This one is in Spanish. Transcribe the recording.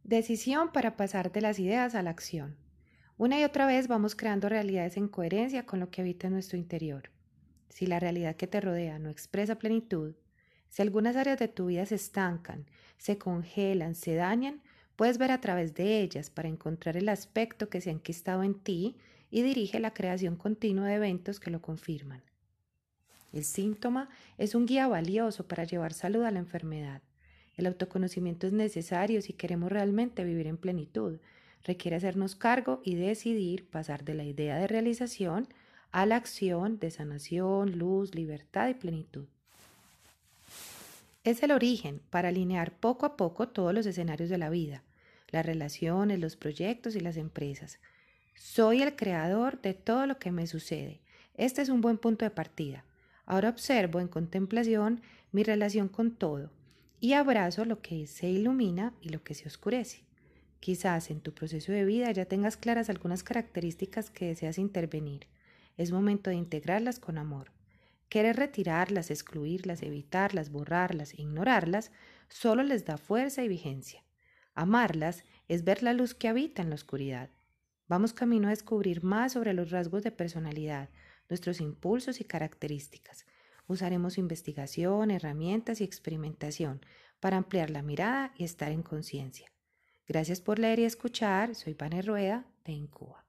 Decisión para pasar de las ideas a la acción. Una y otra vez vamos creando realidades en coherencia con lo que habita en nuestro interior. Si la realidad que te rodea no expresa plenitud, si algunas áreas de tu vida se estancan, se congelan, se dañan, puedes ver a través de ellas para encontrar el aspecto que se ha enquistado en ti y dirige la creación continua de eventos que lo confirman. El síntoma es un guía valioso para llevar salud a la enfermedad. El autoconocimiento es necesario si queremos realmente vivir en plenitud. Requiere hacernos cargo y decidir pasar de la idea de realización a la acción de sanación, luz, libertad y plenitud. Es el origen para alinear poco a poco todos los escenarios de la vida, las relaciones, los proyectos y las empresas. Soy el creador de todo lo que me sucede. Este es un buen punto de partida. Ahora observo en contemplación mi relación con todo y abrazo lo que se ilumina y lo que se oscurece. Quizás en tu proceso de vida ya tengas claras algunas características que deseas intervenir. Es momento de integrarlas con amor. Querer retirarlas, excluirlas, evitarlas, borrarlas e ignorarlas solo les da fuerza y vigencia. Amarlas es ver la luz que habita en la oscuridad. Vamos camino a descubrir más sobre los rasgos de personalidad, nuestros impulsos y características. Usaremos investigación, herramientas y experimentación para ampliar la mirada y estar en conciencia. Gracias por leer y escuchar. Soy Vane Rueda de Incuba.